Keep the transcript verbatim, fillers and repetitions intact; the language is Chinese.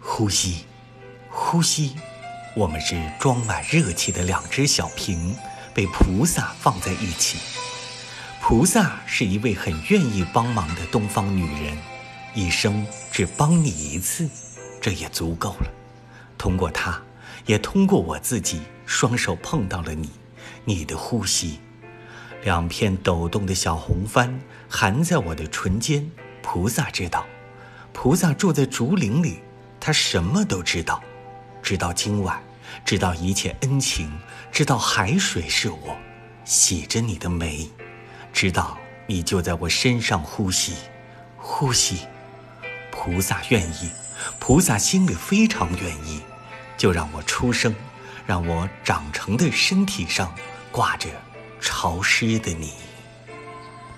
呼吸，呼吸，我们是装满热气的两只小瓶，被菩萨放在一起。菩萨是一位很愿意帮忙的东方女人，一生只帮你一次，这也足够了。通过她，也通过我自己，双手碰到了你，你的呼吸。两片抖动的小红帆含在我的唇间，菩萨知道。菩萨住在竹林里，他什么都知道，知道今晚，知道一切恩情，知道海水是我，洗着你的眉，知道你就在我身上呼吸，呼吸。菩萨愿意，菩萨心里非常愿意，就让我出生，让我长成的身体上挂着潮湿的你。